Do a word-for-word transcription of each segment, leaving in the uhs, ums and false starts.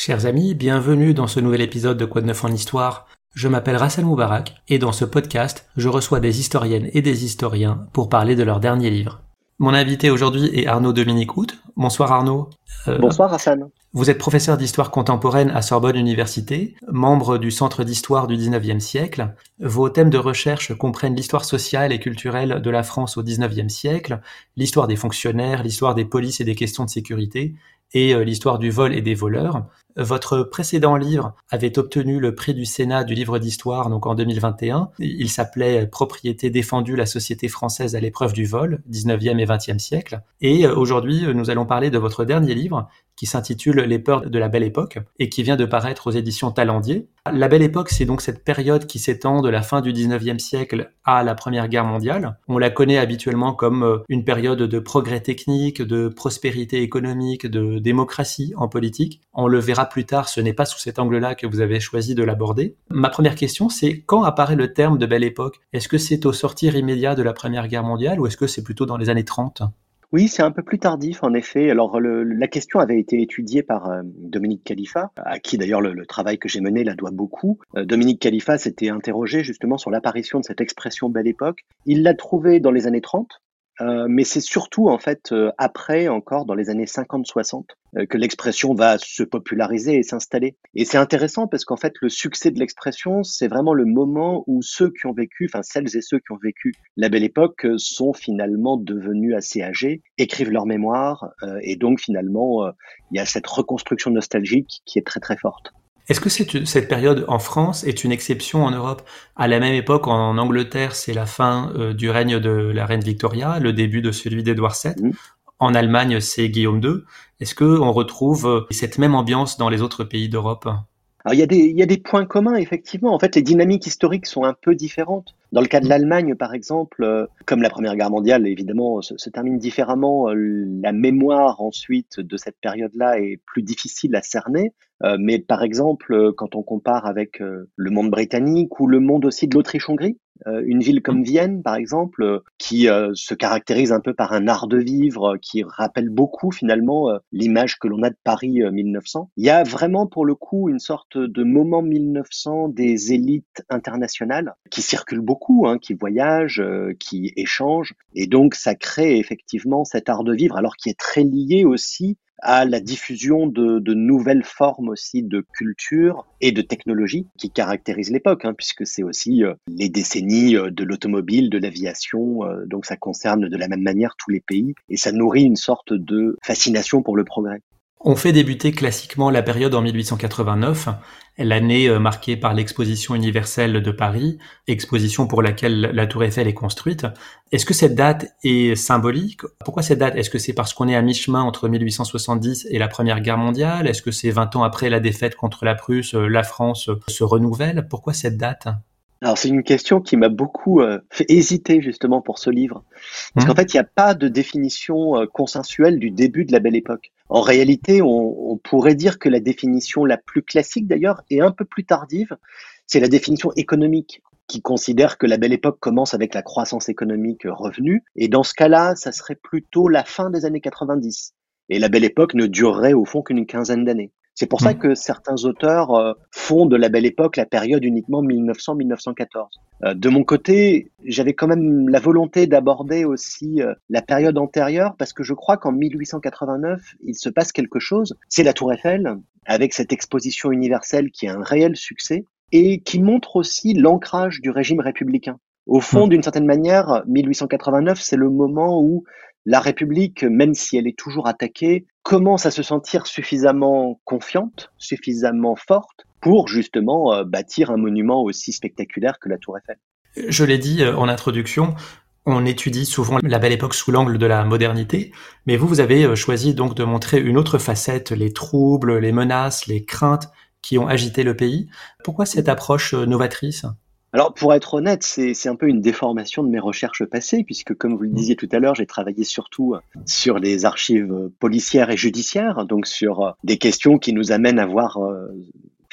Chers amis, bienvenue dans ce nouvel épisode de Quoi de neuf en histoire. Je m'appelle Rassel Moubarak et dans ce podcast, je reçois des historiennes et des historiens pour parler de leur dernier livre. Mon invité aujourd'hui est Arnaud Dominique Hout. Bonsoir Arnaud. Euh, Bonsoir Hassan. Vous êtes professeur d'histoire contemporaine à Sorbonne Université, membre du Centre d'histoire du dix-neuvième siècle. Vos thèmes de recherche comprennent l'histoire sociale et culturelle de la France au dix-neuvième siècle, l'histoire des fonctionnaires, l'histoire des polices et des questions de sécurité, et l'histoire du vol et des voleurs. Votre précédent livre avait obtenu le prix du Sénat du livre d'histoire donc en deux mille vingt et un. Il s'appelait « Propriété défendue, la société française à l'épreuve du vol, dix-neuvième et vingtième siècle ». Et aujourd'hui, nous allons parler de votre dernier livre qui s'intitule « Les peurs de la Belle Époque » et qui vient de paraître aux éditions Talendier. La Belle Époque, c'est donc cette période qui s'étend de la fin du dix-neuvième siècle à la Première Guerre mondiale. On la connaît habituellement comme une période de progrès technique, de prospérité économique, de démocratie en politique. On le verra plus tard, ce n'est pas sous cet angle-là que vous avez choisi de l'aborder. Ma première question, c'est quand apparaît le terme de Belle Époque ? Est-ce que c'est au sortir immédiat de la Première Guerre mondiale ou est-ce que c'est plutôt dans les années trente ? Oui, c'est un peu plus tardif, en effet. Alors, le, la question avait été étudiée par euh, Dominique Khalifa, à qui d'ailleurs le, le travail que j'ai mené la doit beaucoup. Euh, Dominique Khalifa s'était interrogé justement sur l'apparition de cette expression Belle Époque. Il l'a trouvée dans les années trente, euh, mais c'est surtout en fait euh, après, encore dans les années cinquante soixante, euh, que l'expression va se populariser et s'installer. Et c'est intéressant parce qu'en fait, le succès de l'expression, c'est vraiment le moment où ceux qui ont vécu, enfin celles et ceux qui ont vécu la Belle Époque euh, sont finalement devenus assez âgés, écrivent leurs mémoires, euh, et donc finalement, euh, il y a cette reconstruction nostalgique qui est très très forte. Est-ce que cette, cette période en France est une exception en Europe ? À la même époque, en Angleterre, c'est la fin euh, du règne de la reine Victoria, le début de celui d'Édouard sept. Mmh. En Allemagne, c'est Guillaume deux. Est-ce qu'on retrouve cette même ambiance dans les autres pays d'Europe ? Alors, il y a des, il y a des points communs, effectivement. En fait, les dynamiques historiques sont un peu différentes. Dans le cas de l'Allemagne, par exemple, euh, comme la Première Guerre mondiale, évidemment, se, se termine différemment. Euh, la mémoire, ensuite, de cette période-là est plus difficile à cerner. Euh, mais par exemple, quand on compare avec euh, le monde britannique ou le monde aussi de l'Autriche-Hongrie, euh, une ville comme Vienne, par exemple, euh, qui euh, se caractérise un peu par un art de vivre, euh, qui rappelle beaucoup finalement euh, l'image que l'on a de Paris euh, mille neuf cents. Il y a vraiment pour le coup une sorte de moment mille neuf cents des élites internationales qui circulent beaucoup, hein, qui voyagent, euh, qui échangent, et donc ça crée effectivement cet art de vivre, alors qui est très lié aussi à la diffusion de, de nouvelles formes aussi de culture et de technologie qui caractérisent l'époque, hein, puisque c'est aussi euh, les décennies euh, de l'automobile, de l'aviation, euh, donc ça concerne de la même manière tous les pays et ça nourrit une sorte de fascination pour le progrès. On fait débuter classiquement la période en mille huit cent quatre-vingt-neuf, l'année marquée par l'exposition universelle de Paris, exposition pour laquelle la Tour Eiffel est construite. Est-ce que cette date est symbolique ? Pourquoi cette date ? Est-ce que c'est parce qu'on est à mi-chemin entre mille huit cent soixante-dix et la Première Guerre mondiale ? Est-ce que c'est vingt ans après la défaite contre la Prusse, la France se renouvelle ? Pourquoi cette date ? Alors c'est une question qui m'a beaucoup euh, fait hésiter justement pour ce livre. Parce mmh. qu'en fait, il n'y a pas de définition euh, consensuelle du début de la Belle Époque. En réalité, on, on pourrait dire que la définition la plus classique d'ailleurs et un peu plus tardive, c'est la définition économique qui considère que la Belle Époque commence avec la croissance économique revenue. Et dans ce cas-là, ça serait plutôt la fin des années quatre-vingt-dix. Et la Belle Époque ne durerait au fond qu'une quinzaine d'années. C'est pour ça que certains auteurs euh, font de la Belle Époque la période uniquement mille neuf cents à mille neuf cent quatorze. Euh, de mon côté, j'avais quand même la volonté d'aborder aussi euh, la période antérieure parce que je crois qu'en mille huit cent quatre-vingt-neuf, il se passe quelque chose. C'est la Tour Eiffel avec cette exposition universelle qui est un réel succès et qui montre aussi l'ancrage du régime républicain. Au fond, mmh. d'une certaine manière, mille huit cent quatre-vingt-neuf, c'est le moment où la République, même si elle est toujours attaquée, commence à se sentir suffisamment confiante, suffisamment forte pour justement euh, bâtir un monument aussi spectaculaire que la Tour Eiffel. Je l'ai dit en introduction, on étudie souvent la Belle Époque sous l'angle de la modernité, mais vous, vous avez choisi donc de montrer une autre facette, les troubles, les menaces, les craintes qui ont agité le pays. Pourquoi cette approche novatrice ? Alors, pour être honnête, c'est, c'est un peu une déformation de mes recherches passées, puisque comme vous le disiez tout à l'heure, j'ai travaillé surtout sur les archives policières et judiciaires, donc sur des questions qui nous amènent à voir euh,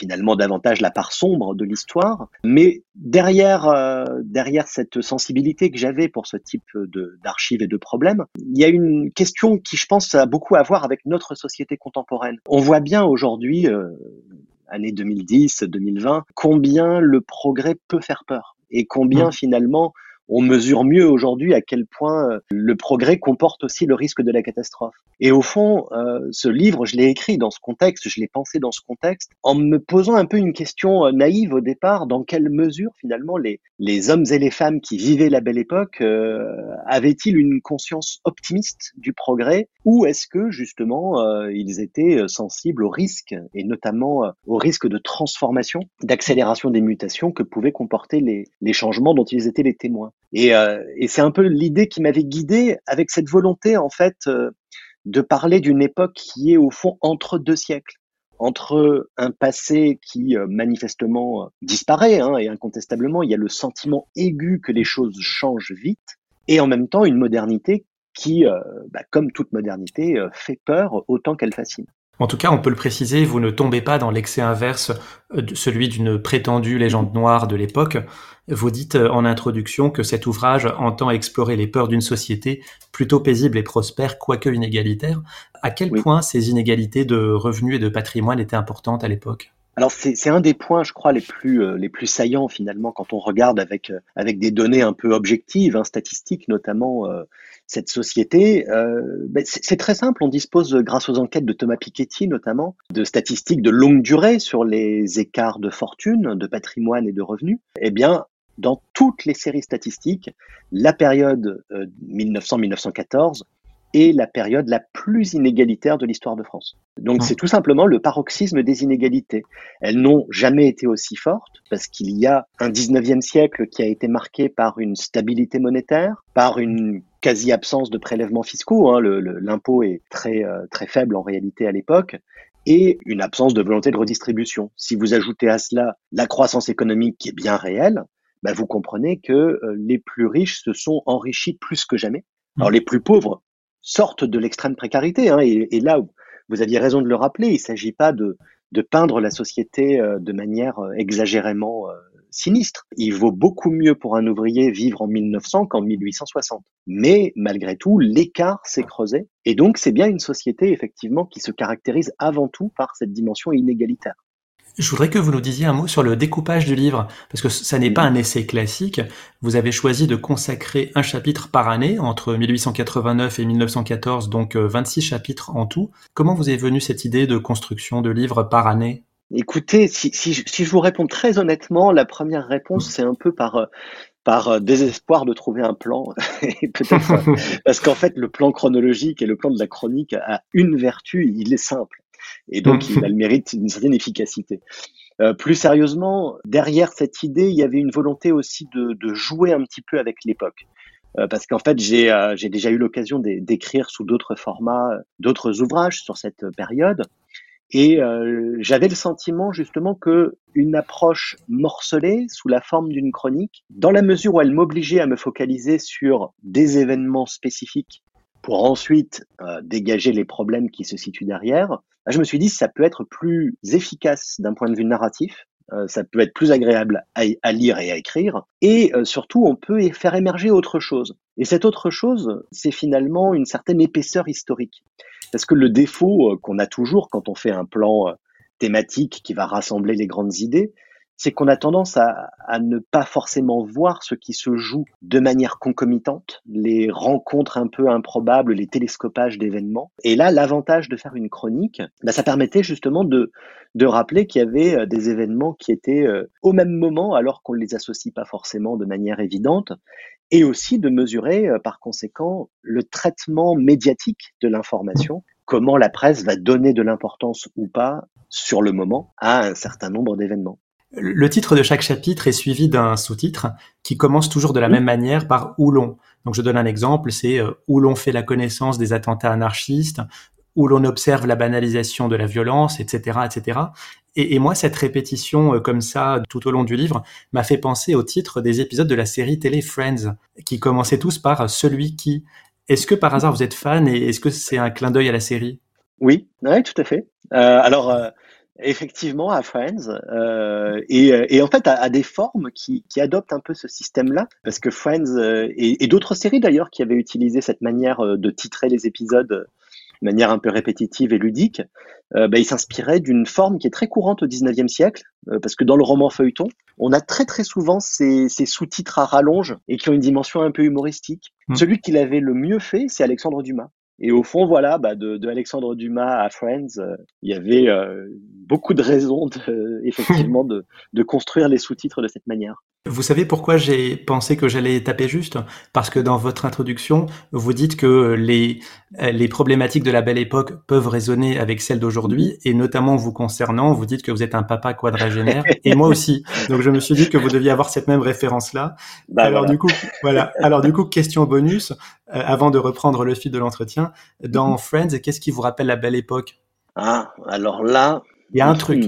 finalement davantage la part sombre de l'histoire. Mais derrière, euh, derrière cette sensibilité que j'avais pour ce type de, d'archives et de problèmes, il y a une question qui, je pense, a beaucoup à voir avec notre société contemporaine. On voit bien aujourd'hui, euh, année deux mille dix, deux mille vingt, combien le progrès peut faire peur et combien mmh. finalement on mesure mieux aujourd'hui à quel point le progrès comporte aussi le risque de la catastrophe. Et au fond, euh, ce livre, je l'ai écrit dans ce contexte, je l'ai pensé dans ce contexte, en me posant un peu une question naïve au départ, dans quelle mesure finalement les, les hommes et les femmes qui vivaient la Belle Époque euh, avaient-ils une conscience optimiste du progrès, ou est-ce que justement euh, ils étaient sensibles aux risques, et notamment euh, au risque de transformation, d'accélération des mutations que pouvaient comporter les, les changements dont ils étaient les témoins. Et, euh, et c'est un peu l'idée qui m'avait guidé, avec cette volonté en fait euh, de parler d'une époque qui est au fond entre deux siècles, entre un passé qui euh, manifestement euh, disparaît, hein, et incontestablement il y a le sentiment aigu que les choses changent vite, et en même temps une modernité qui, euh, bah, comme toute modernité, euh, fait peur autant qu'elle fascine. En tout cas, on peut le préciser, vous ne tombez pas dans l'excès inverse, celui d'une prétendue légende noire de l'époque. Vous dites en introduction que cet ouvrage entend explorer les peurs d'une société plutôt paisible et prospère, quoique inégalitaire. À quel oui. point ces inégalités de revenus et de patrimoine étaient importantes à l'époque ? Alors c'est, c'est un des points, je crois, les plus euh, les plus saillants finalement quand on regarde avec euh, avec des données un peu objectives, hein, statistiques notamment, euh, cette société. Euh, ben c'est, c'est très simple. On dispose, grâce aux enquêtes de Thomas Piketty notamment, de statistiques de longue durée sur les écarts de fortune, de patrimoine et de revenus. Eh bien, dans toutes les séries statistiques, la période euh, mille neuf cents à mille neuf cent quatorze est la période la plus inégalitaire de l'histoire de France. Donc mmh. c'est tout simplement le paroxysme des inégalités. Elles n'ont jamais été aussi fortes parce qu'il y a un dix-neuvième siècle qui a été marqué par une stabilité monétaire, par une quasi-absence de prélèvements fiscaux. Hein. Le, le, l'impôt est très, euh, très faible en réalité à l'époque, et une absence de volonté de redistribution. Si vous ajoutez à cela la croissance économique qui est bien réelle, bah vous comprenez que euh, les plus riches se sont enrichis plus que jamais. Alors mmh. les plus pauvres sortent de l'extrême précarité, hein, et, et là, vous aviez raison de le rappeler, il ne s'agit pas de, de peindre la société euh, de manière euh, exagérément euh, sinistre. Il vaut beaucoup mieux pour un ouvrier vivre en mille neuf cents qu'en mille huit cent soixante. Mais malgré tout, l'écart s'est creusé, et donc c'est bien une société effectivement qui se caractérise avant tout par cette dimension inégalitaire. Je voudrais que vous nous disiez un mot sur le découpage du livre, parce que ça n'est pas un essai classique. Vous avez choisi de consacrer un chapitre par année, entre mille huit cent quatre-vingt-neuf et mille neuf cent quatorze, donc vingt-six chapitres en tout. Comment vous est venue cette idée de construction de livres par année ? Écoutez, si, si, si je vous réponds très honnêtement, la première réponse, c'est un peu par... par désespoir de trouver un plan, et peut-être parce qu'en fait, le plan chronologique et le plan de la chronique a une vertu, il est simple. Et donc, il a le mérite d'une certaine efficacité. Euh, plus sérieusement, derrière cette idée, il y avait une volonté aussi de, de jouer un petit peu avec l'époque. Euh, parce qu'en fait, j'ai, euh, j'ai déjà eu l'occasion d'écrire sous d'autres formats, d'autres ouvrages sur cette période. Et euh, j'avais le sentiment justement que une approche morcelée sous la forme d'une chronique, dans la mesure où elle m'obligeait à me focaliser sur des événements spécifiques pour ensuite euh, dégager les problèmes qui se situent derrière, je me suis dit ça peut être plus efficace d'un point de vue narratif, euh, ça peut être plus agréable à, à lire et à écrire, et euh, surtout on peut faire émerger autre chose. Et cette autre chose, c'est finalement une certaine épaisseur historique. Parce que le défaut qu'on a toujours quand on fait un plan thématique qui va rassembler les grandes idées, c'est qu'on a tendance à, à ne pas forcément voir ce qui se joue de manière concomitante, les rencontres un peu improbables, les télescopages d'événements. Et là, l'avantage de faire une chronique, bah, ça permettait justement de, de rappeler qu'il y avait des événements qui étaient au même moment, alors qu'on ne les associe pas forcément de manière évidente, et aussi de mesurer par conséquent le traitement médiatique de l'information, comment la presse va donner de l'importance ou pas sur le moment à un certain nombre d'événements. Le titre de chaque chapitre est suivi d'un sous-titre qui commence toujours de la mmh. même manière par « Où l'on ». Donc je donne un exemple, c'est « Où l'on fait la connaissance des attentats anarchistes », où l'on observe la banalisation de la violence, et cetera, et cetera. Et, et moi, cette répétition euh, comme ça tout au long du livre m'a fait penser au titre des épisodes de la série télé Friends, qui commençaient tous par « Celui qui ». Est-ce que par hasard vous êtes fan et est-ce que c'est un clin d'œil à la série ? Oui, ouais, tout à fait. Euh, alors, euh, effectivement à Friends, euh, et, et en fait à, à des formes qui, qui adoptent un peu ce système-là, parce que Friends euh, et, et d'autres séries d'ailleurs qui avaient utilisé cette manière euh, de titrer les épisodes euh, de manière un peu répétitive et ludique, euh, bah, ils s'inspiraient d'une forme qui est très courante au dix-neuvième siècle, euh, parce que dans le roman feuilleton, on a très très souvent ces, ces sous-titres à rallonge et qui ont une dimension un peu humoristique. Mm. Celui qui l'avait le mieux fait, c'est Alexandre Dumas. Et au fond, voilà, bah de, de Alexandre Dumas à Friends, euh, il y avait euh, beaucoup de raisons, de, effectivement, de, de construire les sous-titres de cette manière. Vous savez pourquoi j'ai pensé que j'allais taper juste? Parce que dans votre introduction, vous dites que les, les problématiques de la Belle Époque peuvent résonner avec celles d'aujourd'hui, et notamment vous concernant, vous dites que vous êtes un papa quadragénaire, et moi aussi. Donc je me suis dit que vous deviez avoir cette même référence-là. Bah Alors voilà. du coup, voilà. Alors du coup, question bonus, euh, avant de reprendre le fil de l'entretien, dans Friends, qu'est-ce qui vous rappelle la Belle Époque? Ah, alors là, Il y a un truc.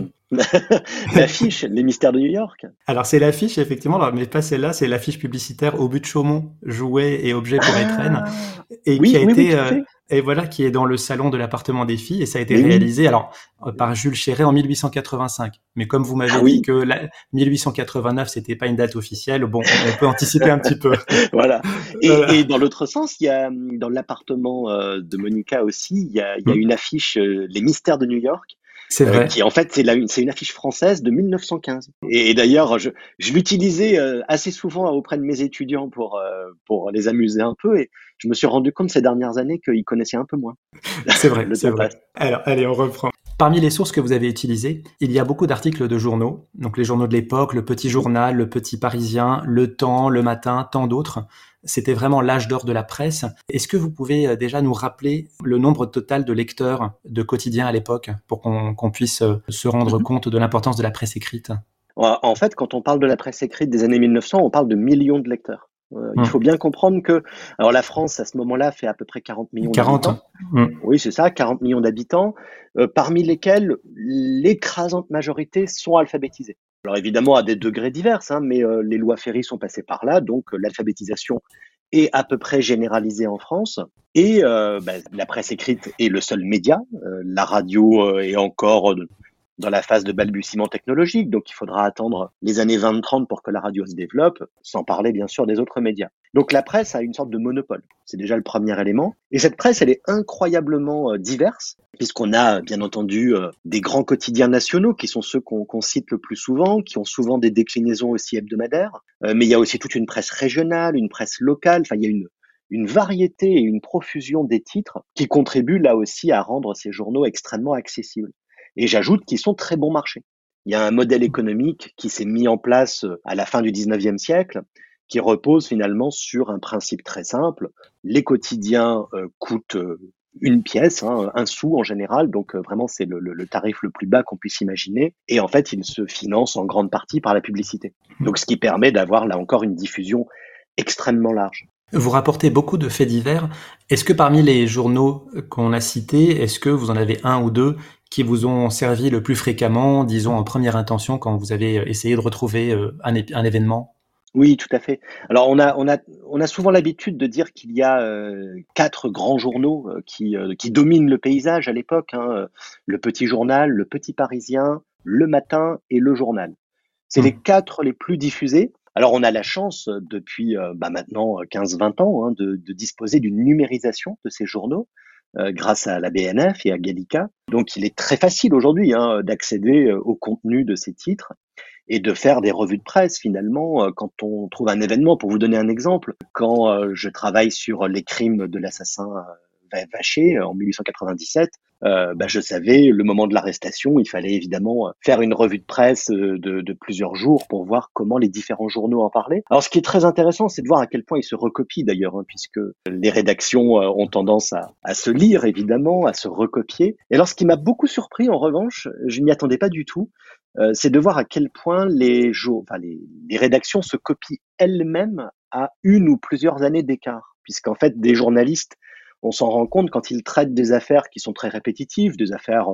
l'affiche, les mystères de New York. Alors c'est l'affiche effectivement, alors, mais pas celle-là, c'est l'affiche publicitaire Au but de Chaumont, jouets et objets pour étrennes, Ah, et qui oui, a oui, oui, été tout à euh, fait. et voilà qui est dans le salon de l'appartement des filles, et ça a été Mais oui. réalisé alors euh, par Jules Chéret en mille huit cent quatre-vingt-cinq. Mais comme vous Ah m'avez dit oui, que la, mille huit cent quatre-vingt-neuf c'était pas une date officielle, bon, on peut anticiper un petit peu. voilà. Et, et Voilà. dans l'autre sens, il y a dans l'appartement euh, de Monica aussi, il y a, il y a Mm. une affiche, euh, Les Mystères de New York, C'est euh, vrai. qui en fait c'est la- c'est une affiche française de mille neuf cent quinze. Et, et d'ailleurs, je, je l'utilisais euh, assez souvent auprès de mes étudiants pour euh, pour les amuser un peu, et je me suis rendu compte ces dernières années qu'ils connaissaient un peu moins. C'est vrai, Le c'est temps vrai. passe. Alors, allez, on reprend. Parmi les sources que vous avez utilisées, il y a beaucoup d'articles de journaux, donc les journaux de l'époque, le Petit Mhm. Journal, le Petit Parisien, Le Temps, Le Matin, tant d'autres. C'était vraiment l'âge d'or de la presse. Est-ce que vous pouvez euh, déjà nous rappeler le nombre total de lecteurs de quotidiens à l'époque pour qu'on qu'on puisse euh, se rendre Mhm. compte de l'importance de la presse écrite? En en fait, quand on parle de la presse écrite des années mille neuf cents, on parle de millions de lecteurs. Euh, il faut Hmm. bien comprendre que, alors la France à ce moment-là fait à peu près quarante millions quarante. d'habitants. Hmm. Oui, c'est ça, quarante millions d'habitants, euh, parmi lesquels l'écrasante majorité sont alphabétisés. Alors évidemment à des degrés divers, hein, mais euh, les lois Ferry sont passées par là, donc euh, l'alphabétisation est à peu près généralisée en France. Et euh, bah, la presse écrite est le seul média. Euh, la radio euh, est encore euh, dans la phase de balbutiement technologique, donc il faudra attendre les années vingt trente pour que la radio se développe, sans parler bien sûr des autres médias. Donc la presse a une sorte de monopole, c'est déjà le premier élément. Et cette presse, elle est incroyablement euh, diverse, puisqu'on a bien entendu euh, des grands quotidiens nationaux, qui sont ceux qu'on qu'on cite le plus souvent, qui ont souvent des déclinaisons aussi hebdomadaires, euh, mais il y a aussi toute une presse régionale, une presse locale, enfin il y a une une variété et une profusion des titres qui contribuent là aussi à rendre ces journaux extrêmement accessibles. Et j'ajoute qu'ils sont très bon marché. Il y a un modèle économique qui s'est mis en place euh, à la fin du dix-neuvième siècle, qui repose finalement sur un principe très simple. Les quotidiens euh, coûtent euh, une pièce, hein, un sou en général, donc euh, vraiment c'est le, le, le tarif le plus bas qu'on puisse imaginer. Et en fait, ils se financent en grande partie par la publicité. Donc ce qui permet d'avoir là encore une diffusion extrêmement large. Vous rapportez beaucoup de faits divers. Est-ce que parmi les journaux qu'on a cités, est-ce que vous en avez un ou deux qui vous ont servi le plus fréquemment, disons en première intention, quand vous avez essayé de retrouver euh, un, é- un événement? Oui, tout à fait. Alors on a on a on a souvent l'habitude de dire qu'il y a euh, quatre grands journaux euh, qui euh, qui dominent le paysage à l'époque, hein, euh, le Petit Journal, le Petit Parisien, le Matin et le Journal. C'est les Hmm. quatre les plus diffusés. Alors on a la chance euh, depuis euh, bah, maintenant quinze vingt ans, hein, de, de disposer d'une numérisation de ces journaux euh, grâce à la B N F et à Gallica. Donc il est très facile aujourd'hui, hein, d'accéder euh, au contenu de ces titres et de faire des revues de presse finalement euh, quand on trouve un événement. Pour vous donner un exemple, quand euh, je travaille sur les crimes de l'assassin euh, Vacher euh, en mille huit cent quatre-vingt-dix-sept, euh, bah, je savais le moment de l'arrestation, il fallait évidemment euh, faire une revue de presse euh, de, de plusieurs jours pour voir comment les différents journaux en parlaient. Alors ce qui est très intéressant, c'est de voir à quel point ils se recopient d'ailleurs, hein, puisque les rédactions euh, ont tendance à, à se lire évidemment, à se recopier. Et alors ce qui m'a beaucoup surpris en revanche, je n'y attendais pas du tout, euh, c'est de voir à quel point les, enfin, les, les rédactions se copient elles-mêmes à une ou plusieurs années d'écart, puisqu'en fait, des journalistes, on s'en rend compte quand ils traitent des affaires qui sont très répétitives, des affaires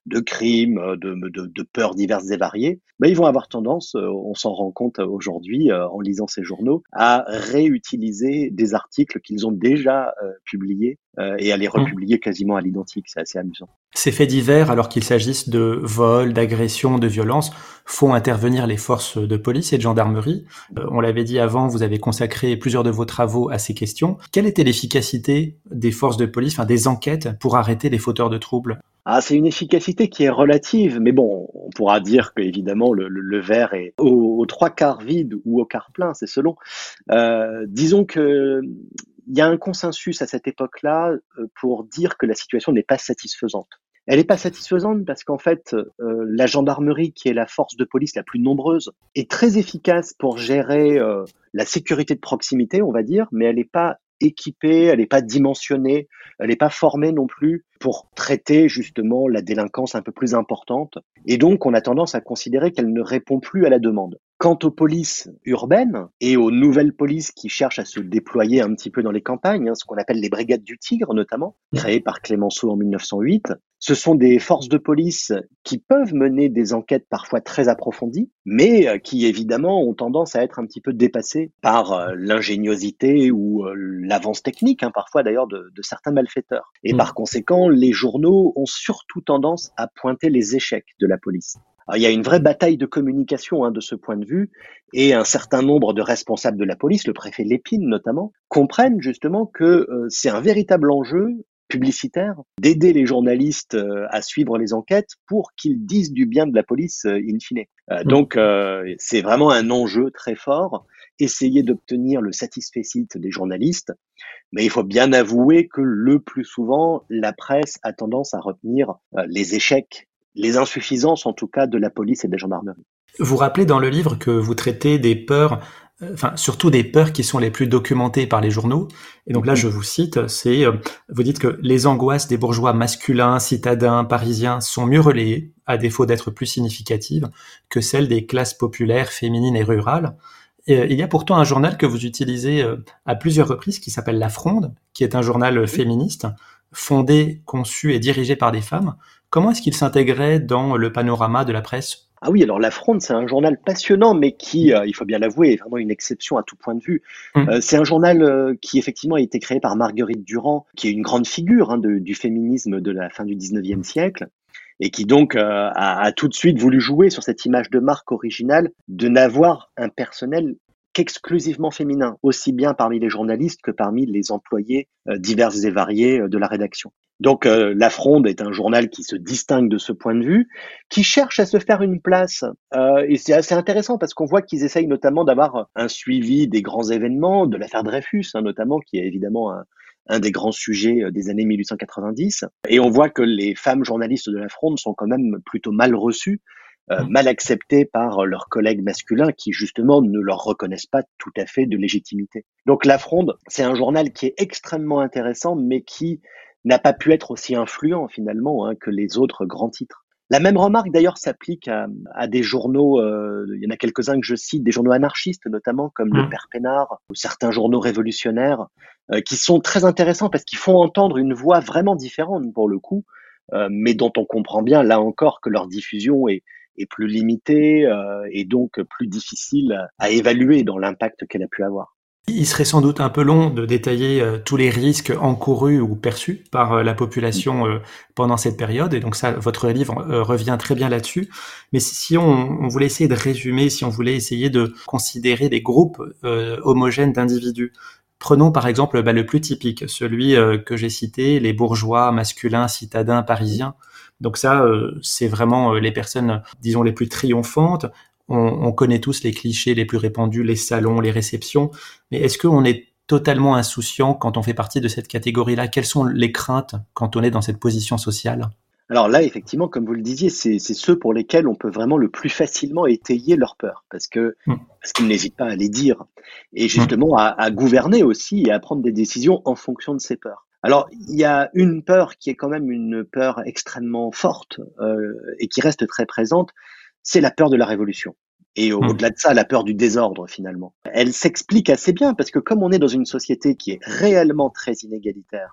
de crimes, de, de, de peurs diverses et variées, ben, ils vont avoir tendance, on s'en rend compte aujourd'hui en lisant ces journaux, à réutiliser des articles qu'ils ont déjà euh, publiés euh, et à les republier quasiment à l'identique. C'est assez amusant. Ces faits divers, alors qu'il s'agisse de vols, d'agressions, de violences, font intervenir les forces de police et de gendarmerie. Euh, on l'avait dit avant, vous avez consacré plusieurs de vos travaux à ces questions. Quelle était l'efficacité des forces de police, enfin des enquêtes, pour arrêter les fauteurs de troubles ? Ah, c'est une efficacité qui est relative, mais bon, on pourra dire que évidemment le, le, le verre est aux, aux trois quarts vide ou au quart plein, c'est selon. Euh, disons que il y a un consensus à cette époque-là pour dire que la situation n'est pas satisfaisante. Elle n'est pas satisfaisante parce qu'en fait, euh, la gendarmerie, qui est la force de police la plus nombreuse, est très efficace pour gérer euh, la sécurité de proximité, on va dire, mais elle n'est pas équipée, elle n'est pas dimensionnée, elle n'est pas formée non plus pour traiter justement la délinquance un peu plus importante. Et donc, on a tendance à considérer qu'elle ne répond plus à la demande. Quant aux polices urbaines et aux nouvelles polices qui cherchent à se déployer un petit peu dans les campagnes, hein, ce qu'on appelle les brigades du Tigre notamment, créées par Clémenceau en mille neuf cent huit, ce sont des forces de police qui peuvent mener des enquêtes parfois très approfondies, mais qui évidemment ont tendance à être un petit peu dépassées par euh, l'ingéniosité ou euh, l'avance technique, hein, parfois d'ailleurs de, de certains malfaiteurs. Et mmh. par conséquent, les journaux ont surtout tendance à pointer les échecs de la police. Alors, il y a une vraie bataille de communication hein, de ce point de vue, et un certain nombre de responsables de la police, le préfet Lépine notamment, comprennent justement que euh, c'est un véritable enjeu publicitaire d'aider les journalistes euh, à suivre les enquêtes pour qu'ils disent du bien de la police euh, in fine. Euh, mmh. Donc euh, c'est vraiment un enjeu très fort, essayer d'obtenir le satisfecit des journalistes, mais il faut bien avouer que le plus souvent, la presse a tendance à retenir euh, les échecs, les insuffisances en tout cas de la police et de la gendarmerie. Vous rappelez dans le livre que vous traitez des peurs, euh, enfin surtout des peurs qui sont les plus documentées par les journaux. Et donc là, je vous cite, c'est, euh, vous dites que les angoisses des bourgeois masculins, citadins, parisiens sont mieux relayées, à défaut d'être plus significatives, que celles des classes populaires, féminines et rurales. Et, euh, il y a pourtant un journal que vous utilisez euh, à plusieurs reprises qui s'appelle La Fronde, qui est un journal féministe, fondé, conçu et dirigé par des femmes. Comment est-ce qu'il s'intégrait dans le panorama de la presse ? Ah oui, alors La Fronde, c'est un journal passionnant, mais qui, euh, il faut bien l'avouer, est vraiment une exception à tout point de vue. Mmh. Euh, c'est un journal euh, qui, effectivement, a été créé par Marguerite Durand, qui est une grande figure hein, de, du féminisme de la fin du dix-neuvième siècle, et qui donc euh, a, a tout de suite voulu jouer sur cette image de marque originale de n'avoir un personnel qu'exclusivement féminin, aussi bien parmi les journalistes que parmi les employés euh, divers et variés euh, de la rédaction. Donc euh, La Fronde est un journal qui se distingue de ce point de vue, qui cherche à se faire une place. Euh, et c'est assez intéressant parce qu'on voit qu'ils essayent notamment d'avoir un suivi des grands événements, de l'affaire Dreyfus hein, notamment, qui est évidemment un, un des grands sujets des années mille huit cent quatre-vingt-dix. Et on voit que les femmes journalistes de La Fronde sont quand même plutôt mal reçues, euh, mal acceptées par leurs collègues masculins qui justement ne leur reconnaissent pas tout à fait de légitimité. Donc La Fronde, c'est un journal qui est extrêmement intéressant, mais qui n'a pas pu être aussi influent finalement hein, que les autres grands titres. La même remarque d'ailleurs s'applique à, à des journaux, euh, il y en a quelques-uns que je cite, des journaux anarchistes notamment comme mmh. le Père Pénard ou certains journaux révolutionnaires euh, qui sont très intéressants parce qu'ils font entendre une voix vraiment différente pour le coup, euh, mais dont on comprend bien là encore que leur diffusion est, est plus limitée euh, et donc plus difficile à évaluer dans l'impact qu'elle a pu avoir. Il serait sans doute un peu long de détailler euh, tous les risques encourus ou perçus par euh, la population euh, pendant cette période, et donc ça, votre livre euh, revient très bien là-dessus. Mais si on, on voulait essayer de résumer, si on voulait essayer de considérer des groupes euh, homogènes d'individus, prenons par exemple bah, le plus typique, celui euh, que j'ai cité, les bourgeois masculins, citadins, parisiens. Donc ça, euh, c'est vraiment euh, les personnes, disons, les plus triomphantes. On, on connaît tous les clichés les plus répandus, les salons, les réceptions, mais est-ce qu'on est totalement insouciant quand on fait partie de cette catégorie-là ? Quelles sont les craintes quand on est dans cette position sociale ? Alors là, effectivement, comme vous le disiez, c'est, c'est ceux pour lesquels on peut vraiment le plus facilement étayer leur peur, parce que mmh. parce qu'ils n'hésitent pas à les dire, et justement mmh. à, à gouverner aussi et à prendre des décisions en fonction de ces peurs. Alors, il y a une peur qui est quand même une peur extrêmement forte euh, et qui reste très présente, c'est la peur de la révolution. Et au- au-delà de ça, la peur du désordre, finalement. Elle s'explique assez bien parce que comme on est dans une société qui est réellement très inégalitaire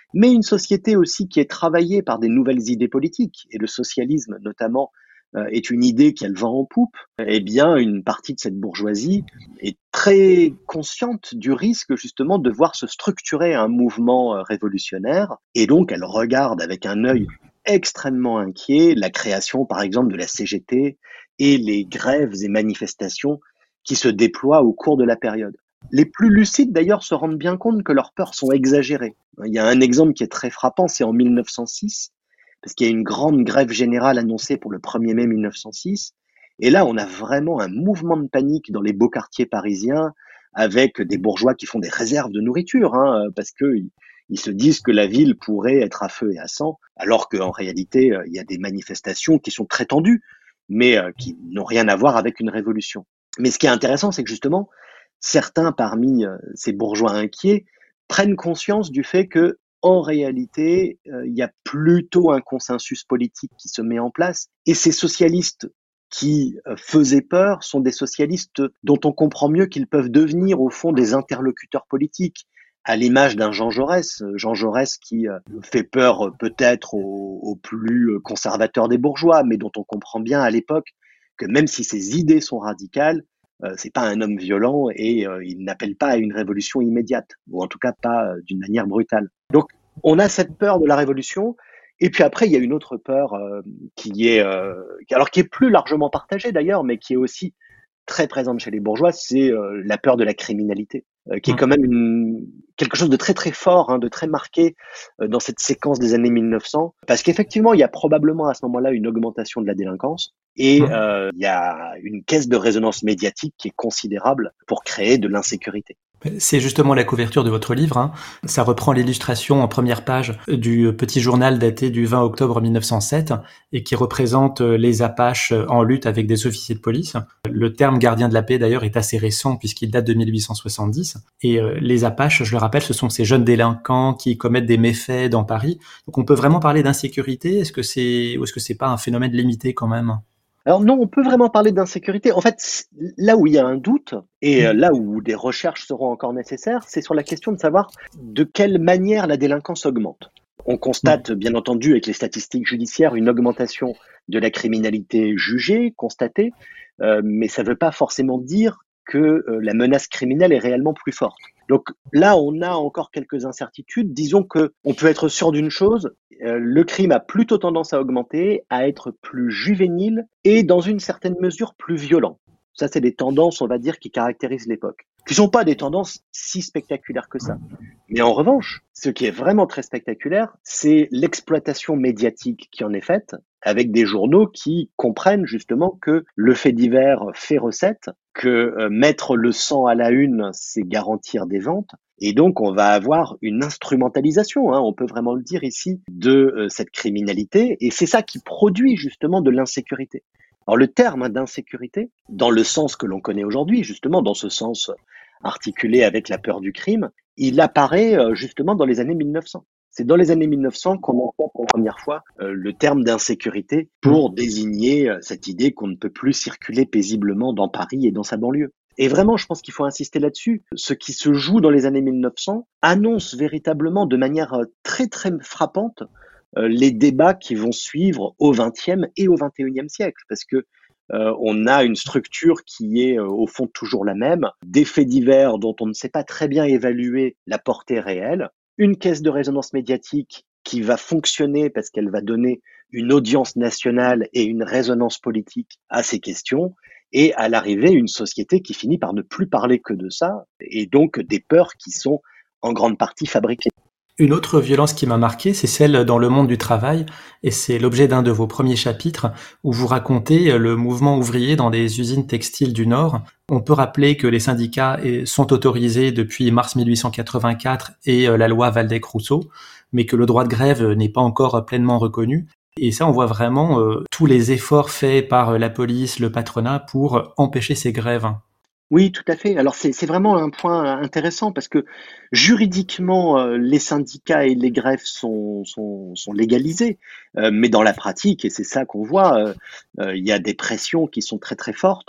mais une société aussi qui est travaillée par des nouvelles idées politiques, et le socialisme notamment euh, est une idée qu'elle vend en poupe. Eh bien, une partie de cette bourgeoisie est très consciente du risque justement de voir se structurer un mouvement euh, révolutionnaire, et donc elle regarde avec un œil extrêmement inquiet la création par exemple de la C G T et les grèves et manifestations qui se déploient au cours de la période. Les plus lucides d'ailleurs se rendent bien compte que leurs peurs sont exagérées. Il y a un exemple qui est très frappant, c'est en mille neuf cent six, parce qu'il y a une grande grève générale annoncée pour le premier mai mille neuf cent six, et là on a vraiment un mouvement de panique dans les beaux quartiers parisiens, avec des bourgeois qui font des réserves de nourriture, hein, parce qu'ils ils se disent que la ville pourrait être à feu et à sang, alors qu'en réalité il y a des manifestations qui sont très tendues, mais euh, qui n'ont rien à voir avec une révolution. Mais ce qui est intéressant, c'est que justement, certains parmi euh, ces bourgeois inquiets prennent conscience du fait que, en réalité, euh, il y a plutôt un consensus politique qui se met en place, et ces socialistes qui euh, faisaient peur sont des socialistes dont on comprend mieux qu'ils peuvent devenir au fond des interlocuteurs politiques, à l'image d'un Jean Jaurès, Jean Jaurès qui euh, fait peur euh, peut-être aux, aux plus conservateurs des bourgeois, mais dont on comprend bien à l'époque que même si ses idées sont radicales, euh, c'est pas un homme violent et euh, il n'appelle pas à une révolution immédiate, ou en tout cas pas euh, d'une manière brutale. Donc on a cette peur de la révolution, et puis après il y a une autre peur euh, qui est, euh, alors qui est plus largement partagée d'ailleurs, mais qui est aussi très présente chez les bourgeois, c'est euh, la peur de la criminalité, euh, qui est quand même une, quelque chose de très très fort, hein, de très marqué euh, dans cette séquence des années mille neuf cents, parce qu'effectivement, il y a probablement à ce moment-là une augmentation de la délinquance, et euh, il y a une caisse de résonance médiatique qui est considérable pour créer de l'insécurité. C'est justement la couverture de votre livre, hein. Ça reprend l'illustration en première page du petit journal daté du vingt octobre mille neuf cent sept et qui représente les Apaches en lutte avec des officiers de police. Le terme gardien de la paix d'ailleurs est assez récent puisqu'il date de mille huit cent soixante-dix. Et les Apaches, je le rappelle, ce sont ces jeunes délinquants qui commettent des méfaits dans Paris. Donc on peut vraiment parler d'insécurité. Est-ce que c'est, ou est-ce que c'est pas un phénomène limité quand même ? Alors non, on peut vraiment parler d'insécurité. En fait, là où il y a un doute, et là où des recherches seront encore nécessaires, c'est sur la question de savoir de quelle manière la délinquance augmente. On constate, bien entendu, avec les statistiques judiciaires, une augmentation de la criminalité jugée, constatée, euh, mais ça ne veut pas forcément dire que euh, la menace criminelle est réellement plus forte. Donc là, on a encore quelques incertitudes. Disons que on peut être sûr d'une chose, euh, le crime a plutôt tendance à augmenter, à être plus juvénile et dans une certaine mesure plus violent. Ça, c'est des tendances, on va dire, qui caractérisent l'époque, qui ne sont pas des tendances si spectaculaires que ça. Mais en revanche, ce qui est vraiment très spectaculaire, c'est l'exploitation médiatique qui en est faite, avec des journaux qui comprennent justement que le fait divers fait recette, que euh, mettre le sang à la une, c'est garantir des ventes. Et donc, on va avoir une instrumentalisation, hein, on peut vraiment le dire ici, de euh, cette criminalité. Et c'est ça qui produit justement de l'insécurité. Alors, le terme hein, d'insécurité, dans le sens que l'on connaît aujourd'hui, justement dans ce sens articulé avec la peur du crime, il apparaît euh, justement dans les années mille neuf cents. C'est dans les années mille neuf cents qu'on entend pour la première fois euh, le terme d'insécurité pour désigner euh, cette idée qu'on ne peut plus circuler paisiblement dans Paris et dans sa banlieue. Et vraiment, je pense qu'il faut insister là-dessus. Ce qui se joue dans les années mille neuf cents annonce véritablement de manière euh, très très frappante euh, les débats qui vont suivre au vingtième et au vingt et unième siècle, parce que Euh, on a une structure qui est euh, au fond toujours la même, des faits divers dont on ne sait pas très bien évaluer la portée réelle, une caisse de résonance médiatique qui va fonctionner parce qu'elle va donner une audience nationale et une résonance politique à ces questions, et à l'arrivée une société qui finit par ne plus parler que de ça, et donc des peurs qui sont en grande partie fabriquées. Une autre violence qui m'a marqué, c'est celle dans le monde du travail, et c'est l'objet d'un de vos premiers chapitres où vous racontez le mouvement ouvrier dans des usines textiles du Nord. On peut rappeler que les syndicats sont autorisés depuis mars mille huit cent quatre-vingt-quatre et la loi Waldeck-Rousseau, mais que le droit de grève n'est pas encore pleinement reconnu. Et ça, on voit vraiment euh, tous les efforts faits par la police, le patronat pour empêcher ces grèves. Oui, tout à fait. Alors c'est c'est vraiment un point intéressant parce que juridiquement, euh, les syndicats et les grèves sont sont, sont légalisés, euh, mais dans la pratique, et c'est ça qu'on voit, euh, euh, il y a des pressions qui sont très très fortes.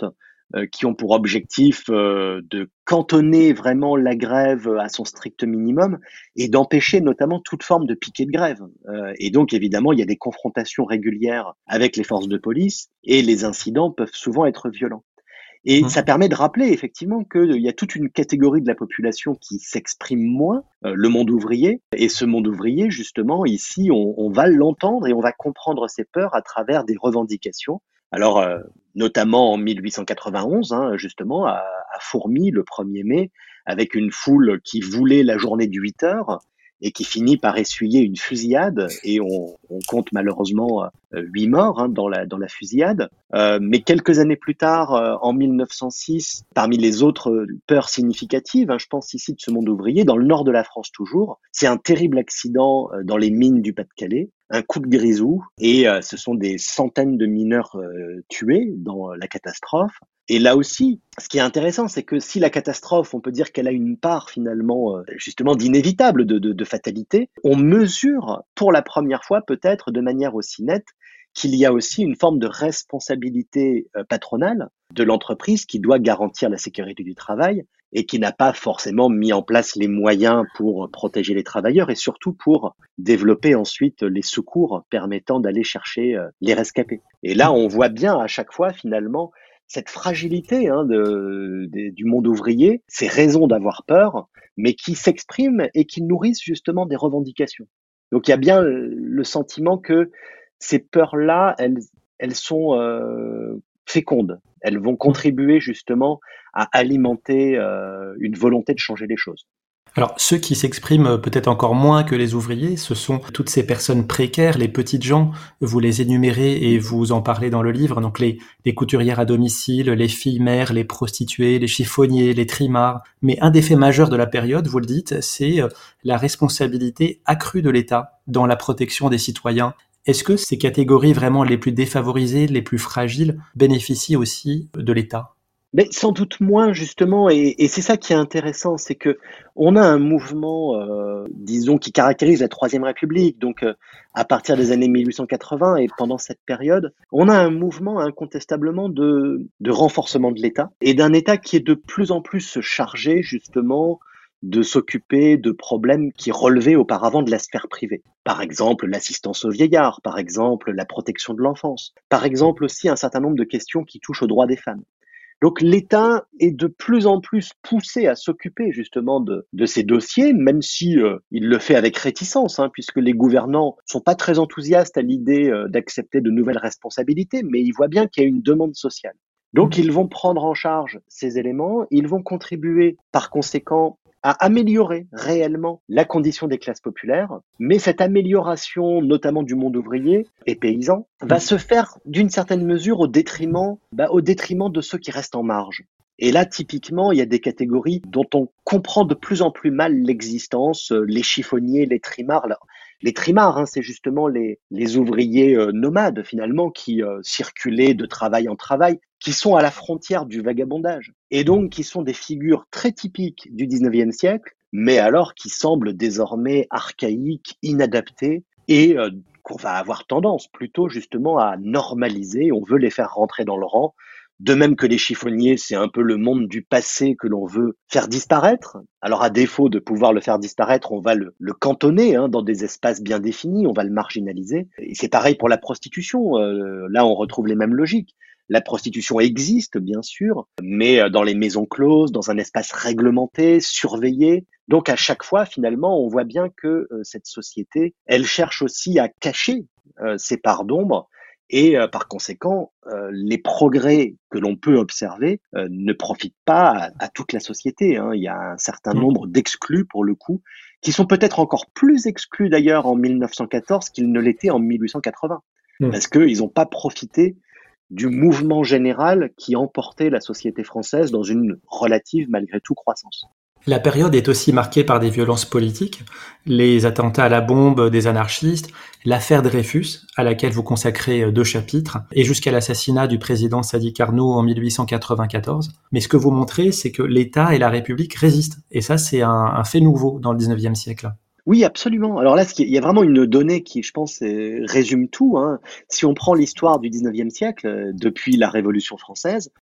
euh, qui ont pour objectif euh, de cantonner vraiment la grève à son strict minimum et d'empêcher notamment toute forme de piquet de grève. Euh, et donc évidemment, il y a des confrontations régulières avec les forces de police et les incidents peuvent souvent être violents. Et ça permet de rappeler effectivement qu'il y a toute une catégorie de la population qui s'exprime moins, euh, le monde ouvrier. Et ce monde ouvrier, justement, ici, on, on va l'entendre et on va comprendre ses peurs à travers des revendications. Alors, euh, notamment en mille huit cent quatre-vingt-onze, hein, justement, à, à Fourmies, le premier mai, avec une foule qui voulait la journée de huit heures et qui finit par essuyer une fusillade. Et on, on compte malheureusement huit morts hein, dans la dans la fusillade. Euh, mais quelques années plus tard, euh, en mille neuf cent six, parmi les autres peurs significatives, hein, je pense ici de ce monde ouvrier, dans le nord de la France toujours, c'est un terrible accident euh, dans les mines du Pas-de-Calais, un coup de grisou, et euh, ce sont des centaines de mineurs euh, tués dans la catastrophe. Et là aussi, ce qui est intéressant, c'est que si la catastrophe, on peut dire qu'elle a une part finalement euh, justement d'inévitable, de, de, de fatalité, on mesure pour la première fois peut-être de manière aussi nette qu'il y a aussi une forme de responsabilité euh, patronale de l'entreprise qui doit garantir la sécurité du travail et qui n'a pas forcément mis en place les moyens pour protéger les travailleurs et surtout pour développer ensuite les secours permettant d'aller chercher euh, les rescapés. Et là, on voit bien à chaque fois finalement cette fragilité hein, de, de, du monde ouvrier, ces raisons d'avoir peur, mais qui s'expriment et qui nourrissent justement des revendications. Donc il y a bien le sentiment que ces peurs-là, elles, elles sont euh, fécondes. Elles vont contribuer justement à alimenter euh, une volonté de changer les choses. Alors, ceux qui s'expriment peut-être encore moins que les ouvriers, ce sont toutes ces personnes précaires, les petites gens, vous les énumérez et vous en parlez dans le livre, donc les, les couturières à domicile, les filles mères, les prostituées, les chiffonniers, les trimards. Mais un des faits majeurs de la période, vous le dites, c'est la responsabilité accrue de l'État dans la protection des citoyens. Est-ce que ces catégories vraiment les plus défavorisées, les plus fragiles, bénéficient aussi de l'État ? Mais sans doute moins justement, et, et c'est ça qui est intéressant, c'est que on a un mouvement, euh, disons, qui caractérise la Troisième République, donc euh, à partir des années mille huit cent quatre-vingts et pendant cette période, on a un mouvement incontestablement de, de renforcement de l'État et d'un État qui est de plus en plus chargé justement de s'occuper de problèmes qui relevaient auparavant de la sphère privée. Par exemple, l'assistance aux vieillards, par exemple, la protection de l'enfance, par exemple aussi un certain nombre de questions qui touchent aux droits des femmes. Donc l'État est de plus en plus poussé à s'occuper justement de, de ces dossiers, même si euh, il le fait avec réticence, hein, puisque les gouvernants sont pas très enthousiastes à l'idée euh, d'accepter de nouvelles responsabilités, mais ils voient bien qu'il y a une demande sociale. Donc ils vont prendre en charge ces éléments, ils vont contribuer par conséquent à améliorer réellement la condition des classes populaires, mais cette amélioration, notamment du monde ouvrier et paysan, va se faire d'une certaine mesure au détriment, bah, au détriment de ceux qui restent en marge. Et là, typiquement, il y a des catégories dont on comprend de plus en plus mal l'existence, les chiffonniers, les trimards. Alors, les trimards, hein, c'est justement les, les ouvriers euh, nomades, finalement, qui euh, circulaient de travail en travail, qui sont à la frontière du vagabondage, et donc qui sont des figures très typiques du dix-neuvième siècle, mais alors qui semblent désormais archaïques, inadaptées, et euh, qu'on va avoir tendance plutôt justement à normaliser, on veut les faire rentrer dans le rang. De même que les chiffonniers, c'est un peu le monde du passé que l'on veut faire disparaître. Alors à défaut de pouvoir le faire disparaître, on va le, le cantonner hein, dans des espaces bien définis, on va le marginaliser. Et c'est pareil pour la prostitution, euh, là on retrouve les mêmes logiques. La prostitution existe, bien sûr, mais dans les maisons closes, dans un espace réglementé, surveillé. Donc à chaque fois, finalement, on voit bien que euh, cette société, elle cherche aussi à cacher euh, ses parts d'ombre. Et euh, par conséquent, euh, les progrès que l'on peut observer euh, ne profitent pas à, à toute la société. Hein. Il y a un certain nombre d'exclus, pour le coup, qui sont peut-être encore plus exclus d'ailleurs en mille neuf cent quatorze qu'ils ne l'étaient en mille huit cent quatre-vingts. Mmh. Parce qu'ils n'ont pas profité du mouvement général qui emportait la société française dans une relative, malgré tout, croissance. La période est aussi marquée par des violences politiques, les attentats à la bombe des anarchistes, l'affaire Dreyfus, à laquelle vous consacrez deux chapitres, et jusqu'à l'assassinat du président Sadi Carnot en mille huit cent quatre-vingt-quatorze. Mais ce que vous montrez, c'est que l'État et la République résistent. Et ça, c'est un, un fait nouveau dans le dix-neuvième siècle. Oui, absolument. Alors là, il y a vraiment une donnée qui, je pense, résume tout. Hein. Si on prend l'histoire du dix-neuvième siècle, depuis la Révolution française,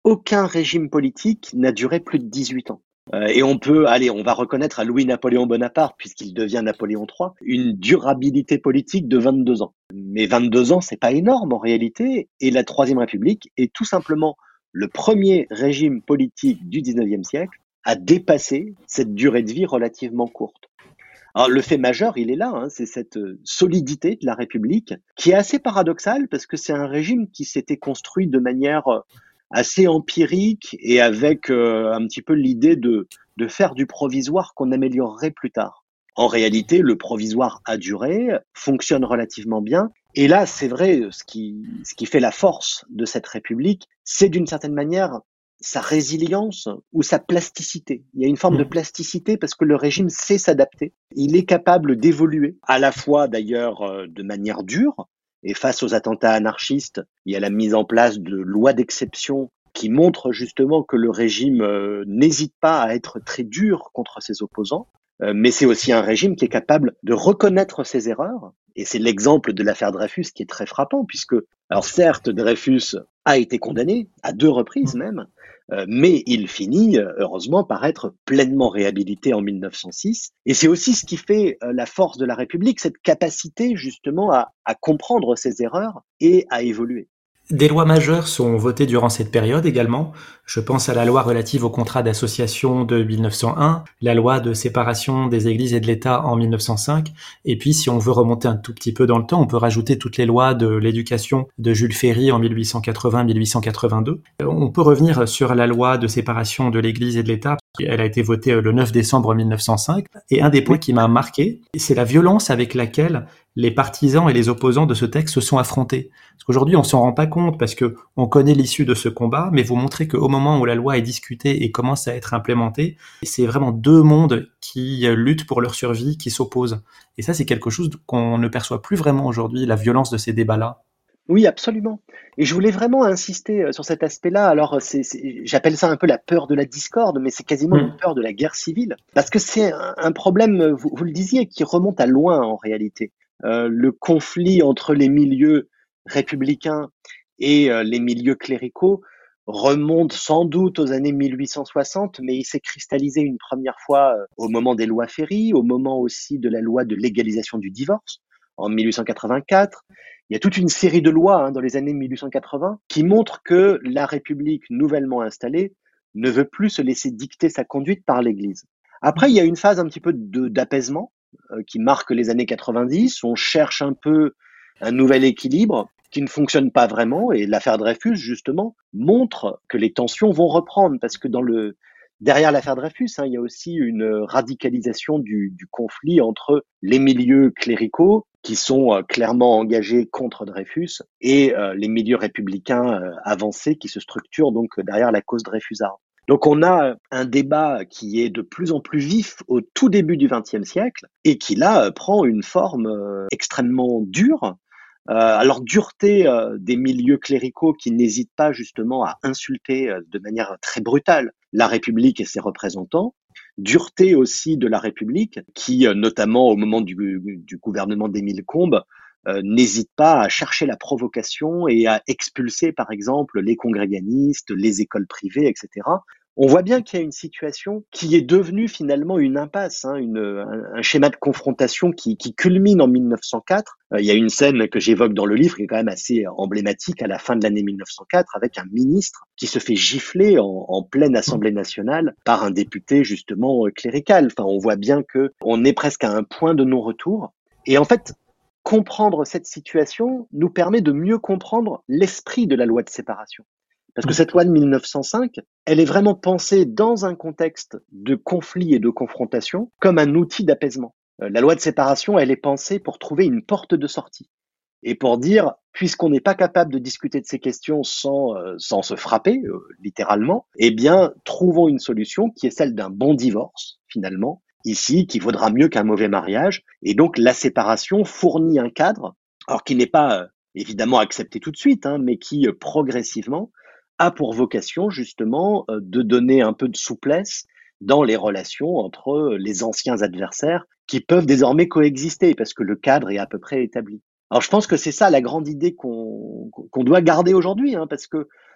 aucun régime politique n'a duré plus de dix-huit ans. Euh, et on peut, allez, on va reconnaître à Louis-Napoléon Bonaparte, puisqu'il devient Napoléon trois, une durabilité politique de vingt-deux ans. Mais vingt-deux ans, c'est pas énorme en réalité, et la Troisième République est tout simplement le premier régime politique du dix-neuvième siècle à dépasser cette durée de vie relativement courte. Alors, le fait majeur, il est là, hein, c'est cette solidité de la République, qui est assez paradoxale parce que c'est un régime qui s'était construit de manière assez empirique et avec euh, un petit peu l'idée de, de faire du provisoire qu'on améliorerait plus tard. En réalité, le provisoire a duré, fonctionne relativement bien. Et là, c'est vrai, ce qui, ce qui fait la force de cette République, c'est d'une certaine manière sa résilience ou sa plasticité. Il y a une forme de plasticité parce que le régime sait s'adapter. Il est capable d'évoluer, à la fois d'ailleurs euh, de manière dure, et face aux attentats anarchistes, il y a la mise en place de lois d'exception qui montrent justement que le régime euh, n'hésite pas à être très dur contre ses opposants. Euh, mais c'est aussi un régime qui est capable de reconnaître ses erreurs. Et c'est l'exemple de l'affaire Dreyfus qui est très frappant, puisque, alors certes, Dreyfus a été condamné, à deux reprises même, euh, mais il finit, heureusement, par être pleinement réhabilité en mille neuf cent six. Et c'est aussi ce qui fait euh, la force de la République, cette capacité justement à, à comprendre ses erreurs et à évoluer. Des lois majeures sont votées durant cette période également. Je pense à la loi relative au contrat d'association de mille neuf cent un, la loi de séparation des églises et de l'État en mille neuf cent cinq, et puis si on veut remonter un tout petit peu dans le temps, on peut rajouter toutes les lois de l'éducation de Jules Ferry en mille huit cent quatre-vingts mille huit cent quatre-vingt-deux. On peut revenir sur la loi de séparation de l'Église et de l'État. Elle a été votée le neuf décembre mille neuf cent cinq, et un des points qui m'a marqué, c'est la violence avec laquelle les partisans et les opposants de ce texte se sont affrontés. Parce qu'aujourd'hui, on s'en rend pas compte parce que on connaît l'issue de ce combat, mais vous montrez qu'au moment où la loi est discutée et commence à être implémentée, c'est vraiment deux mondes qui luttent pour leur survie, qui s'opposent. Et ça, c'est quelque chose qu'on ne perçoit plus vraiment aujourd'hui, la violence de ces débats-là. Oui, absolument. Et je voulais vraiment insister sur cet aspect-là. Alors, c'est, c'est, j'appelle ça un peu la peur de la discorde, mais c'est quasiment mmh. une peur de la guerre civile. Parce que c'est un, un problème, vous, vous le disiez, qui remonte à loin en réalité. Euh, le conflit entre les milieux républicains et euh, les milieux cléricaux remonte sans doute aux années mille huit cent soixante, mais il s'est cristallisé une première fois euh, au moment des lois Ferry, au moment aussi de la loi de légalisation du divorce en mille huit cent quatre-vingt-quatre. Il y a toute une série de lois hein, dans les années mille huit cent quatre-vingts qui montrent que la République nouvellement installée ne veut plus se laisser dicter sa conduite par l'Église. Après, il y a une phase un petit peu de, d'apaisement euh, qui marque les années quatre-vingt-dix. On cherche un peu un nouvel équilibre qui ne fonctionne pas vraiment. Et l'affaire Dreyfus, justement, montre que les tensions vont reprendre parce que dans le derrière l'affaire Dreyfus, hein, il y a aussi une radicalisation du, du conflit entre les milieux cléricaux qui sont euh, clairement engagés contre Dreyfus et euh, les milieux républicains euh, avancés qui se structurent donc derrière la cause dreyfusarde. Donc on a un débat qui est de plus en plus vif au tout début du vingtième siècle et qui là prend une forme euh, extrêmement dure. Euh, alors dureté euh, des milieux cléricaux qui n'hésitent pas justement à insulter euh, de manière très brutale la République et ses représentants. Dureté aussi de la République qui, euh, notamment au moment du, du gouvernement d'Émile Combes, euh, n'hésite pas à chercher la provocation et à expulser par exemple les congréganistes, les écoles privées, et cetera. On voit bien qu'il y a une situation qui est devenue finalement une impasse, hein, une, un, un schéma de confrontation qui, qui culmine en mille neuf cent quatre. Euh, il y a une scène que j'évoque dans le livre qui est quand même assez emblématique à la fin de l'année mille neuf cent quatre avec un ministre qui se fait gifler en, en pleine Assemblée nationale par un député justement clérical. Enfin, on voit bien que on est presque à un point de non-retour. Et en fait, comprendre cette situation nous permet de mieux comprendre l'esprit de la loi de séparation. Parce que cette loi de mille neuf cent cinq, elle est vraiment pensée dans un contexte de conflit et de confrontation comme un outil d'apaisement. La loi de séparation, elle est pensée pour trouver une porte de sortie et pour dire, puisqu'on n'est pas capable de discuter de ces questions sans, euh, sans se frapper, euh, littéralement, eh bien, trouvons une solution qui est celle d'un bon divorce, finalement, ici, qui vaudra mieux qu'un mauvais mariage. Et donc, la séparation fournit un cadre, alors qui n'est pas euh, évidemment accepté tout de suite, hein, mais qui, euh, progressivement, a pour vocation justement euh, de donner un peu de souplesse dans les relations entre les anciens adversaires qui peuvent désormais coexister parce que le cadre est à peu près établi. Alors je pense que c'est ça la grande idée qu'on qu'on doit garder aujourd'hui, hein, parce que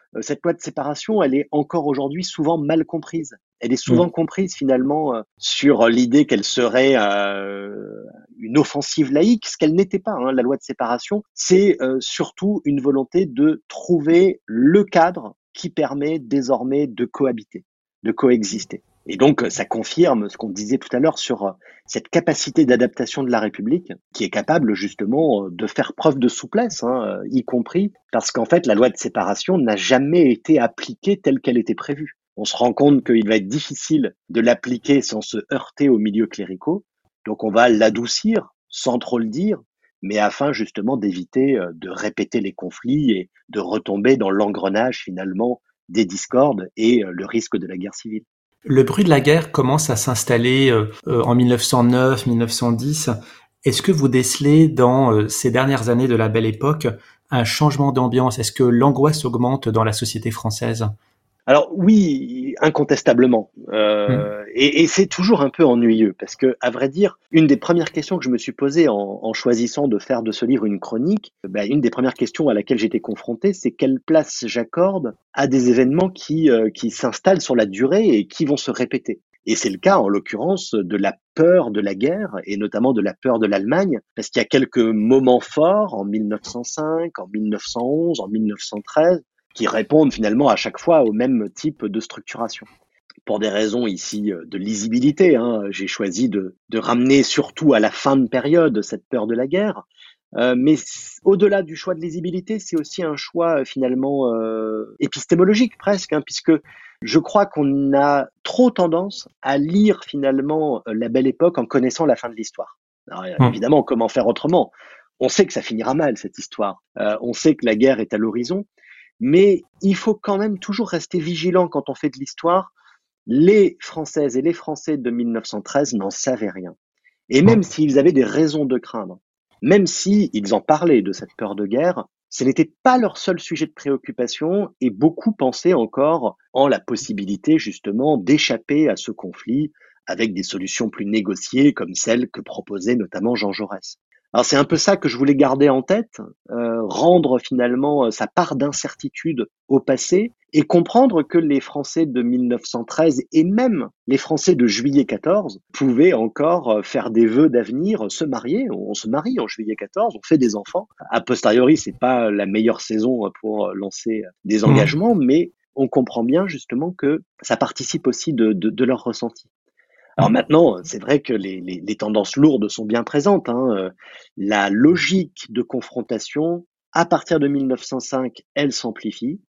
euh, cette loi de séparation, elle est encore aujourd'hui souvent mal comprise. Elle est souvent Mm. comprise finalement euh, sur l'idée qu'elle serait euh, une offensive laïque, ce qu'elle n'était pas. Hein. La loi de séparation, c'est euh, surtout une volonté de trouver le cadre qui permet désormais de cohabiter, de coexister. Et donc, ça confirme ce qu'on disait tout à l'heure sur cette capacité d'adaptation de la République, qui est capable justement de faire preuve de souplesse, hein, y compris parce qu'en fait, la loi de séparation n'a jamais été appliquée telle qu'elle était prévue. On se rend compte qu'il va être difficile de l'appliquer sans se heurter aux milieux cléricaux, donc on va l'adoucir sans trop le dire, mais afin justement d'éviter de répéter les conflits et de retomber dans l'engrenage finalement des discordes et le risque de la guerre civile. Le bruit de la guerre commence à s'installer euh, euh, en mille neuf cent neuf, mille neuf cent dix. Est-ce que vous décelez dans euh, ces dernières années de la Belle Époque un changement d'ambiance? Est-ce que l'angoisse augmente dans la société française? Alors oui, incontestablement. Hmm. Euh, et, et c'est toujours un peu ennuyeux parce que, à vrai dire, une des premières questions que je me suis posée en, en choisissant de faire de ce livre une chronique, ben, une des premières questions à laquelle j'étais confronté, c'est quelle place j'accorde à des événements qui, euh, qui s'installent sur la durée et qui vont se répéter. Et c'est le cas, en l'occurrence, de la peur de la guerre, et notamment de la peur de l'Allemagne, parce qu'il y a quelques moments forts, en mille neuf cent cinq, en mille neuf cent onze, en mille neuf cent treize, qui répondent finalement à chaque fois au même type de structuration. Pour des raisons ici de lisibilité, hein, j'ai choisi de, de ramener surtout à la fin de période cette peur de la guerre. Euh, mais au-delà du choix de lisibilité, c'est aussi un choix finalement euh, épistémologique presque, hein, puisque je crois qu'on a trop tendance à lire finalement la Belle Époque en connaissant la fin de l'histoire. Alors, évidemment, comment faire autrement? On sait que ça finira mal cette histoire. Euh, on sait que la guerre est à l'horizon. Mais il faut quand même toujours rester vigilant quand on fait de l'histoire. Les Françaises et les Français de mille neuf cent treize n'en savaient rien. Et même s'ils avaient des raisons de craindre, même s'ils en parlaient de cette peur de guerre, ce n'était pas leur seul sujet de préoccupation et beaucoup pensaient encore en la possibilité justement d'échapper à ce conflit avec des solutions plus négociées comme celles que proposait notamment Jean Jaurès. Alors c'est un peu ça que je voulais garder en tête, euh, rendre finalement sa part d'incertitude au passé et comprendre que les Français de mille neuf cent treize et même les Français de juillet quatorze pouvaient encore faire des vœux d'avenir, se marier. On se marie en juillet quatorze, on fait des enfants. A posteriori, c'est pas la meilleure saison pour lancer des engagements, mmh. mais on comprend bien justement que ça participe aussi de, de, de leur ressenti. Alors maintenant, c'est vrai que les, les, les tendances lourdes sont bien présentes. Hein. La logique de confrontation, à partir de mille neuf cent cinq, elle s'amplifie.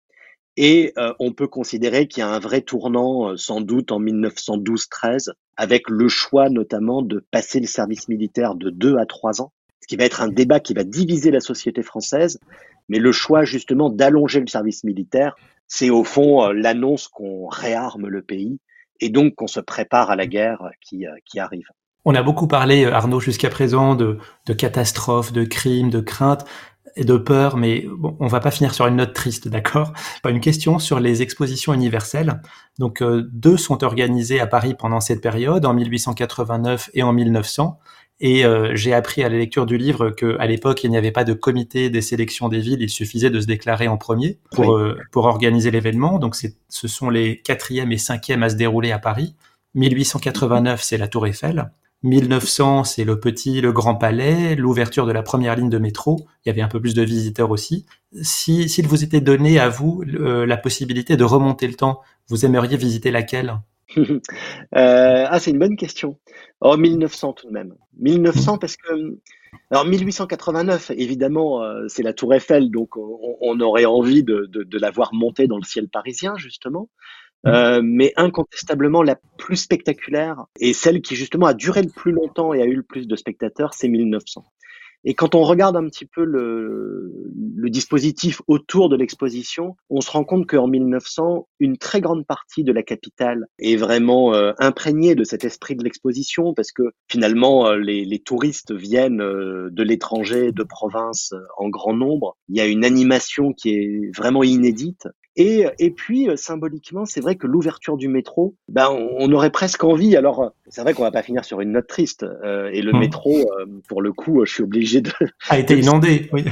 Et euh, on peut considérer qu'il y a un vrai tournant, euh, sans doute en mille neuf cent douze treize, avec le choix notamment de passer le service militaire de deux à trois ans, ce qui va être un débat qui va diviser la société française. Mais le choix justement d'allonger le service militaire, c'est au fond euh, l'annonce qu'on réarme le pays et donc qu'on se prépare à la guerre qui, euh, qui arrive. On a beaucoup parlé, Arnaud, jusqu'à présent de, de catastrophes, de crimes, de craintes et de peur, mais bon, on va pas finir sur une note triste, d'accord? Une question sur les expositions universelles. Donc, euh, deux sont organisées à Paris pendant cette période, en mille huit cent quatre-vingt-neuf et en mille neuf cents. Et euh, j'ai appris à la lecture du livre qu'à l'époque, il n'y avait pas de comité des sélections des villes, il suffisait de se déclarer en premier pour, oui. euh, pour organiser l'événement. Donc, c'est, ce sont les quatrième et cinquième à se dérouler à Paris. mille huit cent quatre-vingt-neuf, c'est la Tour Eiffel. mille neuf cents, c'est le petit, le Grand Palais, l'ouverture de la première ligne de métro. Il y avait un peu plus de visiteurs aussi. Si, s'il vous était donné à vous euh, la possibilité de remonter le temps, vous aimeriez visiter laquelle? euh, Ah, c'est une bonne question. Oh, mille neuf cents tout de même. mille neuf cents parce que, alors mille huit cent quatre-vingt-neuf, évidemment, euh, c'est la Tour Eiffel, donc on, on aurait envie de, de, de la voir monter dans le ciel parisien, justement. Euh, mais incontestablement la plus spectaculaire et celle qui justement a duré le plus longtemps et a eu le plus de spectateurs, c'est mille neuf cents. Et quand on regarde un petit peu le, le dispositif autour de l'exposition, on se rend compte qu'en mille neuf cents, une très grande partie de la capitale est vraiment euh, imprégnée de cet esprit de l'exposition parce que finalement, euh, les, les touristes viennent euh, de l'étranger, de province euh, en grand nombre. Il y a une animation qui est vraiment inédite. Et, et puis, euh, symboliquement, c'est vrai que l'ouverture du métro, ben, on, on aurait presque envie. Alors, euh, c'est vrai qu'on va pas finir sur une note triste. euh, et le Mmh. métro, euh, pour le coup, euh, je suis obligé de, A de été le inondé, oui.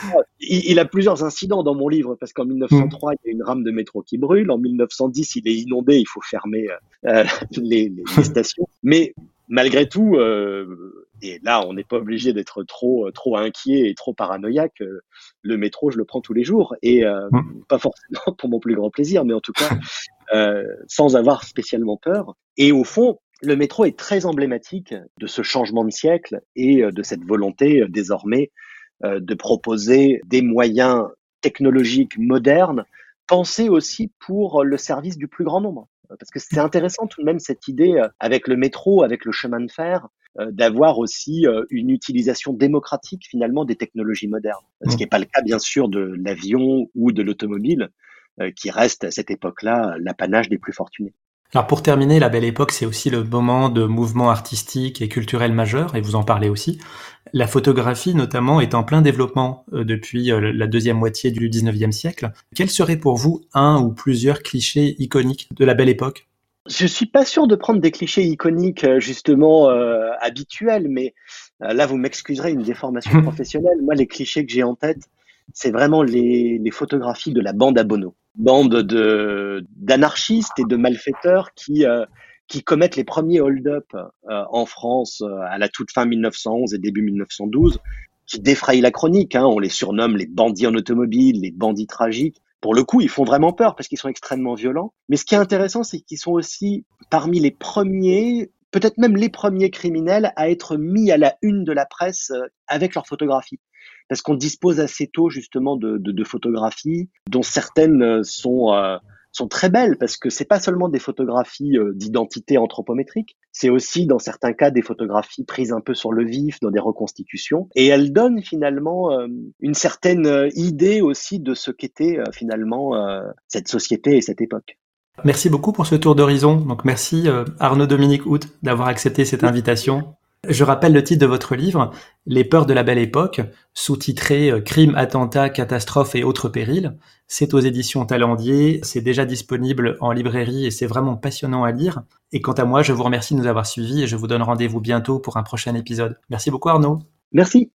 il, il a plusieurs incidents dans mon livre, parce qu'en Mmh. mille neuf cent trois, il y a une rame de métro qui brûle. En mille neuf cent dix, il est inondé, il faut fermer euh, les, les, les stations. Mais malgré tout, euh, et là, on n'est pas obligé d'être trop, trop inquiet et trop paranoïaque. euh, Le métro, je le prends tous les jours, et euh, Mmh. pas forcément pour mon plus grand plaisir, mais en tout cas, euh, sans avoir spécialement peur. Et au fond, le métro est très emblématique de ce changement de siècle et euh, de cette volonté euh, désormais euh, de proposer des moyens technologiques modernes, pensés aussi pour le service du plus grand nombre. Euh, Parce que c'est intéressant tout de même cette idée, euh, avec le métro, avec le chemin de fer, euh, d'avoir aussi euh, une utilisation démocratique finalement des technologies modernes. Ce qui Mmh. n'est pas le cas bien sûr de l'avion ou de l'automobile, euh, qui reste à cette époque-là l'apanage des plus fortunés. Alors pour terminer, la Belle Époque, c'est aussi le moment de mouvements artistiques et culturels majeurs, et vous en parlez aussi. La photographie, notamment, est en plein développement euh, depuis euh, la deuxième moitié du dix-neuvième siècle. Quel serait pour vous un ou plusieurs clichés iconiques de la Belle Époque? Je suis pas sûr de prendre des clichés iconiques euh, justement euh, habituels, mais euh, là vous m'excuserez une déformation professionnelle. Moi, les clichés que j'ai en tête, c'est vraiment les, les photographies de la bande à Bono, bande de d'anarchistes et de malfaiteurs qui euh, qui commettent les premiers hold-up euh, en France euh, à la toute fin mille neuf cent onze et début mille neuf cent douze, qui défrayent la chronique. Hein. On les surnomme les bandits en automobile, les bandits tragiques. Pour le coup, ils font vraiment peur parce qu'ils sont extrêmement violents. Mais ce qui est intéressant, c'est qu'ils sont aussi parmi les premiers, peut-être même les premiers criminels à être mis à la une de la presse euh, avec leurs photographies. Parce qu'on dispose assez tôt justement de, de, de photographies dont certaines euh, sont euh, sont très belles, parce que c'est pas seulement des photographies euh, d'identité anthropométrique, c'est aussi dans certains cas des photographies prises un peu sur le vif, dans des reconstitutions, et elles donnent finalement euh, une certaine euh, idée aussi de ce qu'était euh, finalement euh, cette société et cette époque. Merci beaucoup pour ce tour d'horizon. Donc merci euh, Arnaud Dominique Hout d'avoir accepté cette invitation. Je rappelle le titre de votre livre, Les peurs de la Belle Époque, sous-titré euh, Crimes, attentats, catastrophes et autres périls. C'est aux éditions Talendier, c'est déjà disponible en librairie et c'est vraiment passionnant à lire. Et quant à moi, je vous remercie de nous avoir suivis et je vous donne rendez-vous bientôt pour un prochain épisode. Merci beaucoup Arnaud. Merci.